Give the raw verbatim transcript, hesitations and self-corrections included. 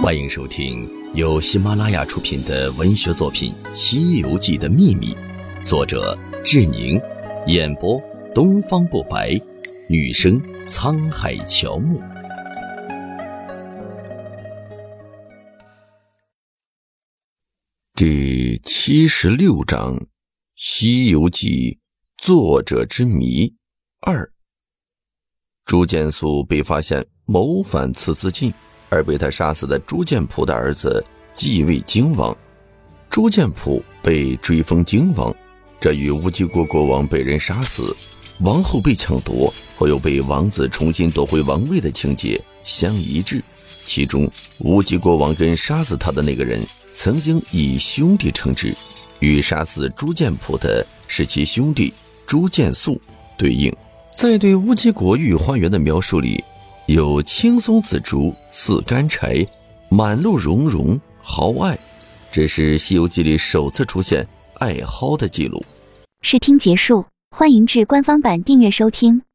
欢迎收听由喜马拉雅出品的文学作品《西游记的秘密》，作者志宁，演播东方不白，女生沧海乔木。第七十六章《西游记作者之谜二》。朱建素被发现谋反刺字进，而被他杀死的朱建普的儿子继位荆王。朱建普被追封荆王，这与乌鸡国国王被人杀死，王后被抢夺后又被王子重新夺回王位的情节相一致。其中乌鸡国王跟杀死他的那个人曾经以兄弟称之，与杀死朱建普的是其兄弟朱建素对应。在对乌鸡国御花园的描述里，有青松紫竹、似干柴、满路茸茸、蒿艾，这是《西游记》里首次出现艾蒿的记录。 试听结束，欢迎至官方版订阅收听。